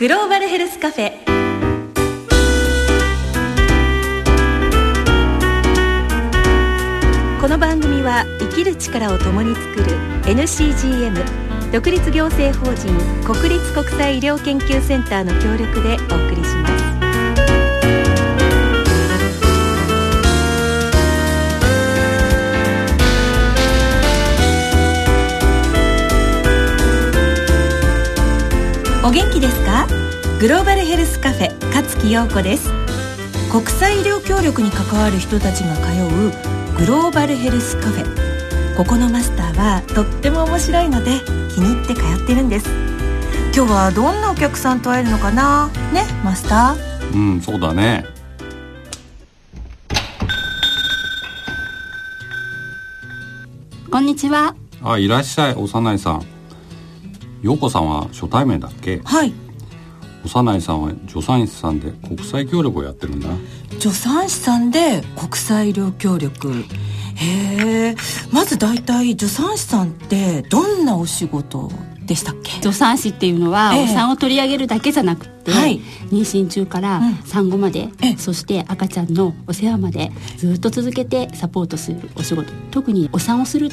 グローバルヘルスカフェ。この番組は生きる力を共に作る NCGM 独立行政法人国立国際医療研究センターの協力でお送りします。お元気ですか？グローバルヘルスカフェ勝木陽子です。国際医療協力に関わる人たちが通うグローバルヘルスカフェ。ここのマスターはとっても面白いので気に入って通ってるんです。今日はどんなお客さんと会えるのかなね、マスター。 そうだね。 こんにちは。 いらっしゃい、幼いさん。陽子さんは初対面だっけ？ はい。 幼いさんは助産師さんで国際協力をやってるんだ。 助産師さんで国際医療協力。へえ。まず大体助産師さんってどんなお仕事でしたっけ？ 助産師っていうのは、お産を取り上げるだけじゃなくて、 はい、 妊娠中から産後まで、そして赤ちゃんのお世話までずっと続けてサポートするお仕事。特にお産をするって、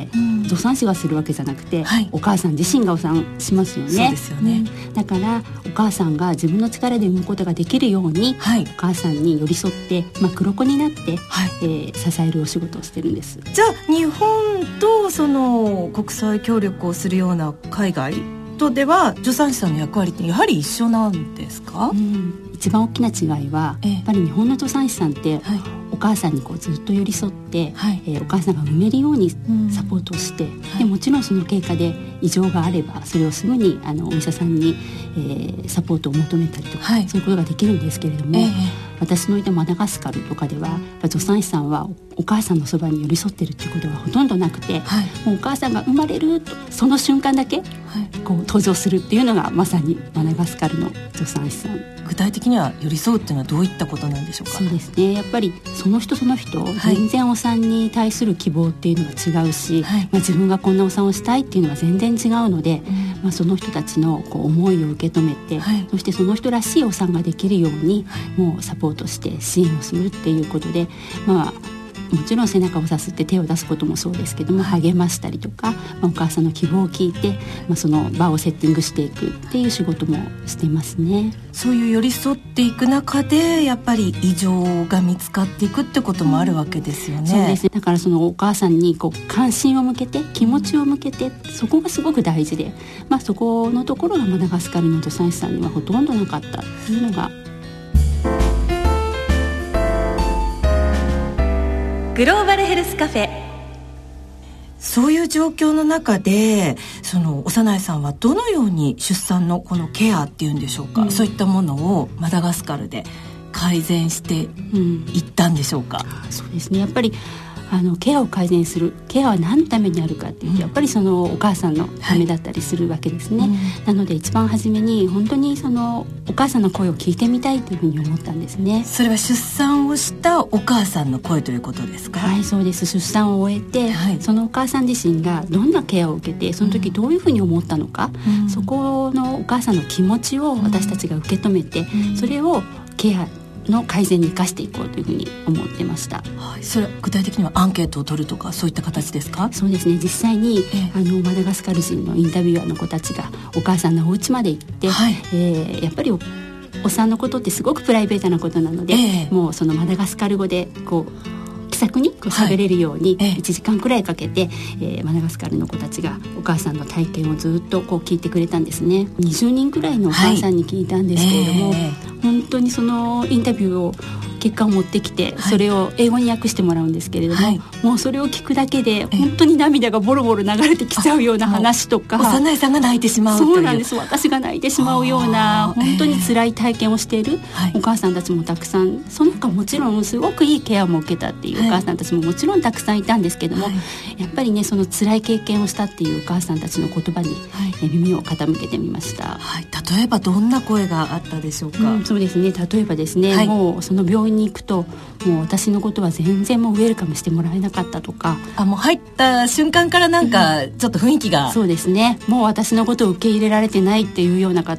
助産師がするわけじゃなくて、はい、お母さん自身がお産しますよね。 そうですよね。 だからお母さんが自分の力で産むことができるように、はい、お母さんに寄り添って、黒子になって、はい、支えるお仕事をしてるんです。 じゃあ日本とその国際協力をするような海外とでは助産師さんの役割ってやはり一緒なんですか？ 一番大きな違いは、やっぱり日本の助産師さんって、お母さんにずっと寄り添って、お母さんが産めるようにサポートをして、でもちろんその経過で異常があればそれをすぐにお医者さんに、サポートを求めたりとか、そういうことができるんですけれども、私のいたマダガスカルとかでは助産師さんはお母さんのそばに寄り添ってるっていうことがほとんどなくて、もうお母さんが生まれるとその瞬間だけ、登場するっていうのがまさにマダガスカルの助産師さん。 具体的には寄り添うっていうのはどういったことなんでしょうか？ そうですね、やっぱりその人その人、全然お産に対する希望っていうのは違うし、自分がこんなお産をしたいっていうのは全然違うので、その人たちの思いを受け止めて、そしてその人らしいお産ができるように、もうサポートして支援をするっていうことで、もちろん背中をさすって手を出すこともそうですけども、励ましたりとか、お母さんの希望を聞いて、その場をセッティングしていくっていう仕事もしてますね。 そういう寄り添っていく中でやっぱり異常が見つかっていくってこともあるわけですよね。 そうですね。だからそのお母さんに関心を向けて、気持ちを向けて、そこがすごく大事で、そこのところがマダガスカルの助産師さんにはほとんどなかったっていうのが。 グローバルヘルスカフェ。そういう状況の中でその幼いさんはどのように出産のこのケアっていうんでしょうか、そういったものをマダガスカルで改善していったんでしょうか？ そうですね、やっぱりケアを改善する。ケアは何のためにあるかっていうと、やっぱりそのお母さんのためだったりするわけですね。なので一番初めに本当にそのお母さんの声を聞いてみたいというふうに思ったんですね。 それは出産をしたお母さんの声ということですか？ はい、そうです。出産を終えて、そのお母さん自身がどんなケアを受けて、その時どういうふうに思ったのか、そこのお母さんの気持ちを私たちが受け止めて、それをケアの改善に生かしていこうというふうに思ってました。 それは具体的にはアンケートを取るとかそういった形ですか？ そうですね、実際に、マダガスカル人のインタビュアーの子たちがお母さんのお家まで行って、やっぱりお産のことってすごくプライベートなことなので、もうそのマダガスカル語で気さくに喋れるように1時間くらいかけて、マダガスカルの子たちがお母さんの体験をずっと聞いてくれたんですね。20人くらいのお母さんに聞いたんですけれども、本当にそのインタビューを結果を持ってきて、それを英語に訳してもらうんですけれども、もうそれを聞くだけで本当に涙がボロボロ流れてきちゃうような話とか、 幼いさんが泣いてしまうという。 そうなんです。私が泣いてしまうような本当に辛い体験をしているお母さんたちもたくさん、その他もちろんすごくいいケアも受けたっていうお母さんたちももちろんたくさんいたんですけども、やっぱりね、その辛い経験をしたっていうお母さんたちの言葉に、耳を傾けてみました。 例えばどんな声があったでしょうか？ そうですね、例えばですね、もうその病院に行くともう私のことは全然もうウェルカムしてもらえなかったとか、 もう入った瞬間からなんかちょっと雰囲気が、 そうですね、もう私のことを受け入れられてないっていうようなことを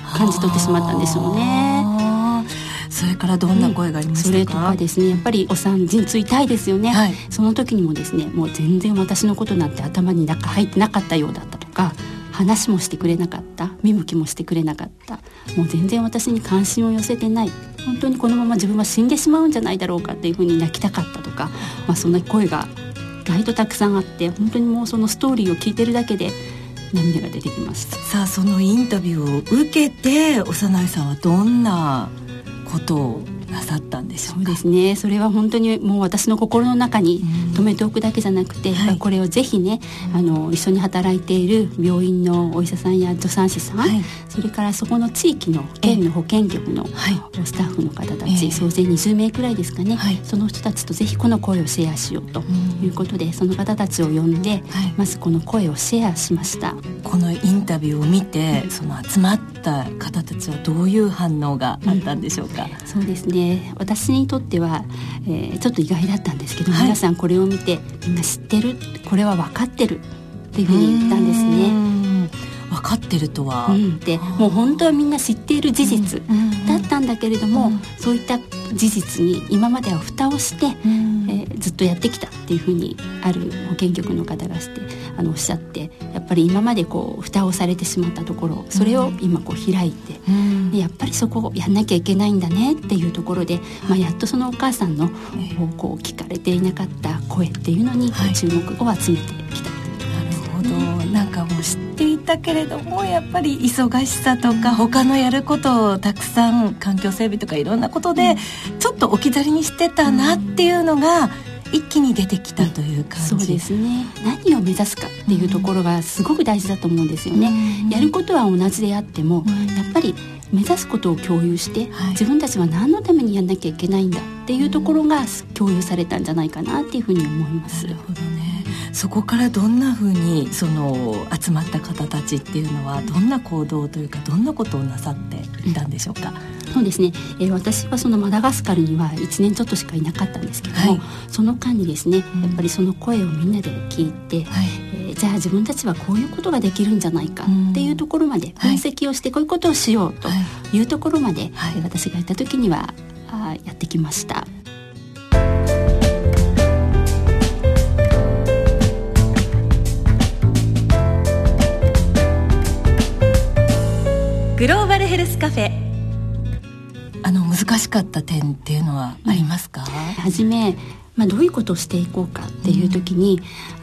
感じ取ってしまったんでしょうね。 それからどんな声がありましたか？ それとかですね、やっぱりお産陣痛痛いですよね、その時にもですね、もう全然私のことなんて頭に入ってなかったようだったとか、話もしてくれなかった、見向きもしてくれなかった、もう全然私に関心を寄せてない、本当にこのまま自分は死んでしまうんじゃないだろうかっていうふうに泣きたかったとか、そんな声が意外とたくさんあって、本当にもうそのストーリーを聞いてるだけで涙が出てきました。 さあ、そのインタビューを受けて幼いさんはどんなことをなさったんでしょうか？ そうですね、それは本当にもう私の心の中に留めておくだけじゃなくて、これをぜひね、一緒に働いている病院のお医者さんや助産師さん、それからそこの地域の県の保健局のスタッフの方たち、総勢20名くらいですかね、その人たちとぜひこの声をシェアしようということで、その方たちを呼んで、まずこの声をシェアしました。 このインタビューを見て、その集まった方たちはどういう反応があったんでしょうか？ そうですね、私にとっては、ちょっと意外だったんですけど、皆さんこれを見て、みんな知ってる、これは分かってるっていうふうに言ったんですね。 分かってるとは、 でもう本当はみんな知っている事実だったんだけれども、そういった事実に今までは蓋をして、ずっとやってきたっていうふうにある保健局の方がおっしゃって、やっぱり今まで蓋をされてしまったところ、それを今開いて、でやっぱりそこをやんなきゃいけないんだねっていうところで、やっとそのお母さんの聞かれていなかった声っていうのに注目を集めてきた。 なるほど、なんかもう知っていたけれども、やっぱり忙しさとか他のやることをたくさん、環境整備とかいろんなことでちょっと置き去りにしてたなっていうのが一気に出てきたという感じ。 そうですね、何を目指すかっていうところがすごく大事だと思うんですよね。やることは同じであっても、やっぱり目指すことを共有して、自分たちは何のためにやんなきゃいけないんだっていうところが共有されたんじゃないかなっていうふうに思います。 なるほどね。そこからどんなふうにその集まった方たちっていうのはどんな行動というか、どんなことをなさっていたんでしょうか？ そうですね、私はそのマダガスカルには1年ちょっとしかいなかったんですけども、その間にですね、やっぱりその声をみんなで聞いて、じゃあ自分たちはこういうことができるんじゃないかっていうところまで分析をして、こういうことをしようというところまで、私がいた時にはやってきました。 グローバルヘルスカフェ、難しかった点っていうのはありますか？ はじめ、どういうことをしていこうかっていう時に、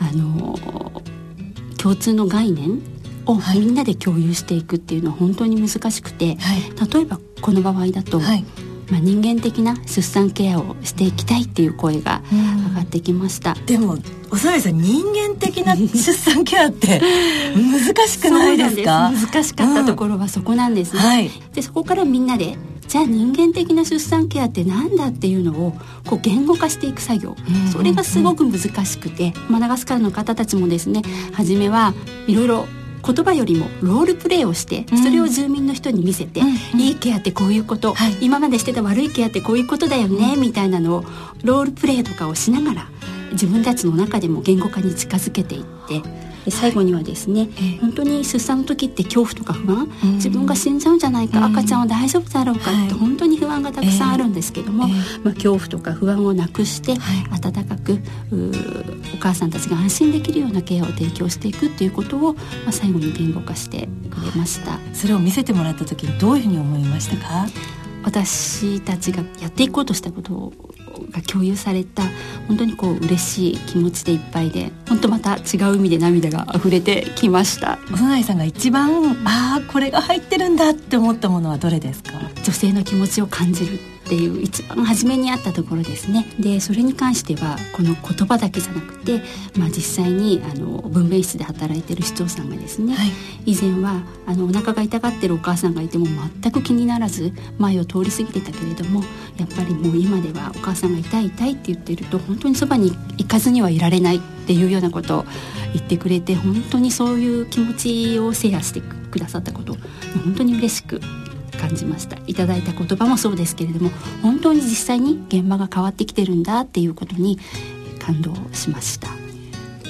共通の概念をみんなで共有していくっていうのは本当に難しくて、例えばこの場合だと、人間的な出産ケアをしていきたいっていう声が上がってきました。 でも幼いさん、人間的な出産ケアって難しくないですか？ 難しかったところはそこなんですね、でそこからみんなで、じゃあ人間的な出産ケアってなんだっていうのを言語化していく作業、それがすごく難しくて、マダガスカルの方たちもですね、初めはいろいろ言葉よりもロールプレイをして、それを住民の人に見せて、いいケアってこういうこと、今までしてた悪いケアってこういうことだよね、みたいなのをロールプレイとかをしながら自分たちの中でも言語化に近づけていって、で最後にはですね、本当に出産の時って恐怖とか不安、自分が死んじゃうんじゃないか、赤ちゃんは大丈夫だろうかって本当に不安がたくさんあるんですけども、恐怖とか不安をなくして、温かくお母さんたちが安心できるようなケアを提供していくっていうことを、最後に言語化してくれました。 それを見せてもらった時にどういうふうに思いましたか？ 私たちがやっていこうとしたことが共有された、本当に嬉しい気持ちでいっぱいで、本当また違う意味で涙が溢れてきました。 幼いさんが一番これが入ってるんだって思ったものはどれですか？ 女性の気持ちを感じるっていう一番初めにあったところですね。でそれに関してはこの言葉だけじゃなくて、実際に分娩室で働いてる市長さんがですね、以前はお腹が痛がってるお母さんがいても全く気にならず前を通り過ぎてたけれども、やっぱりもう今ではお母さんが痛い痛いって言ってると本当にそばに行かずにはいられないっていうようなことを言ってくれて、本当にそういう気持ちをシェアしてくださったこと本当に嬉しく感じました。いただいた言葉もそうですけれども、本当に実際に現場が変わってきてるんだっていうことに感動しました。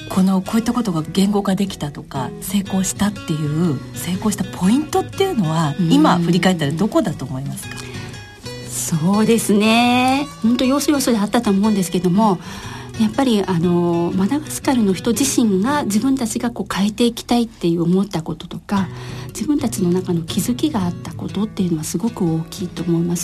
こういったことが言語化できたとか成功したっていう成功したポイントっていうのは今振り返ったらどこだと思いますか？ そうですね、本当要所要所であったと思うんですけども、やっぱりマダガスカルの人自身が自分たちが変えていきたいっていう思ったこととか、自分たちの中の気づきがあったことっていうのはすごく大きいと思います。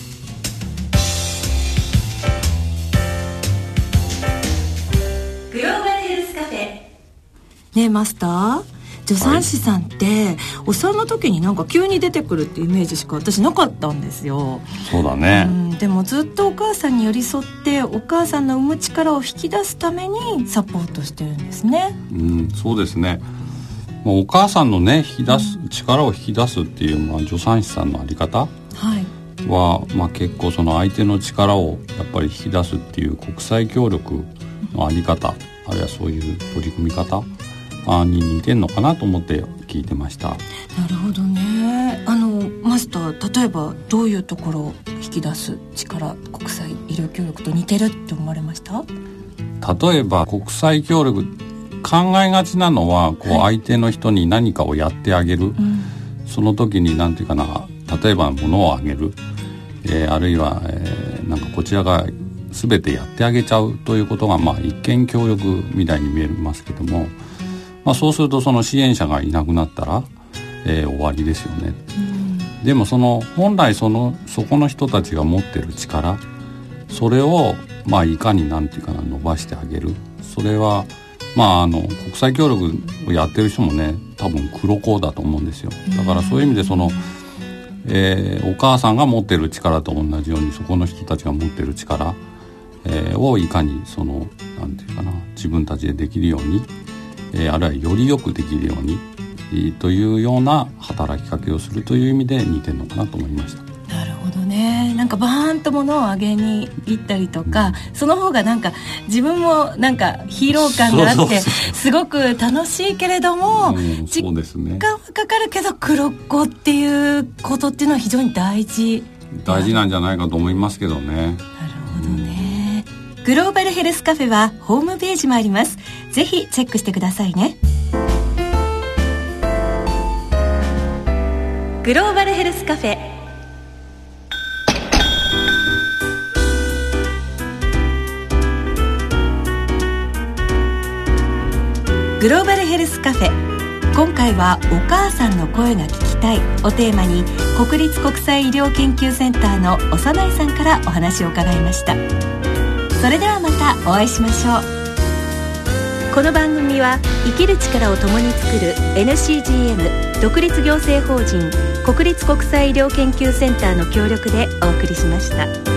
グローバルヘルスカフェねえマスター、助産師さんってお産の時になんか急に出てくるっていうイメージしか私なかったんですよ。 そうだね、 でもずっとお母さんに寄り添ってお母さんの産む力を引き出すためにサポートしてるんですね。 そうですね。お母さんのね力を引き出すっていう、助産師さんのあり方は、結構その相手の力をやっぱり引き出すっていう国際協力のあり方、あるいはそういう取り組み方に似てんのかなと思って聞いてました。 なるほどね。マスター、例えばどういうところを引き出す力、国際医療協力と似てるって思われました？ 例えば国際協力、考えがちなのは相手の人に何かをやってあげる、その時になんていうかな、例えば物をあげる、あるいは、なんかこちらが全てやってあげちゃうということが、一見協力みたいに見えますけども、そうするとその支援者がいなくなったら、終わりですよね。でも本来そこの人たちが持ってる力、それをいかになんていうかな伸ばしてあげる。それは国際協力をやってる人もね、多分黒子だと思うんですよ。だからそういう意味でお母さんが持ってる力と同じように、そこの人たちが持ってる力、をいかになんていうかな、自分たちでできるように、あるいはよりよくできるように、というような働きかけをするという意味で似てるのかなと思いました。 なるほどね。なんかバーンと物をあげに行ったりとか、その方がなんか自分もなんかヒーロー感があってすごく楽しいけれども、時間はかかるけど黒子っていうことっていうのは非常に大事なんじゃないかと思いますけどね。 なるほどね。グローバルヘルスカフェはホームページもあります。ぜひチェックしてくださいね。グローバルヘルスカフェ、グローバルヘルスカフェ、今回はお母さんの声が聞きたいをテーマに、国立国際医療研究センターの長内さんからお話を伺いました。それではまたお会いしましょう。この番組は生きる力を共に作る NCGM 独立行政法人国立国際医療研究センターの協力でお送りしました。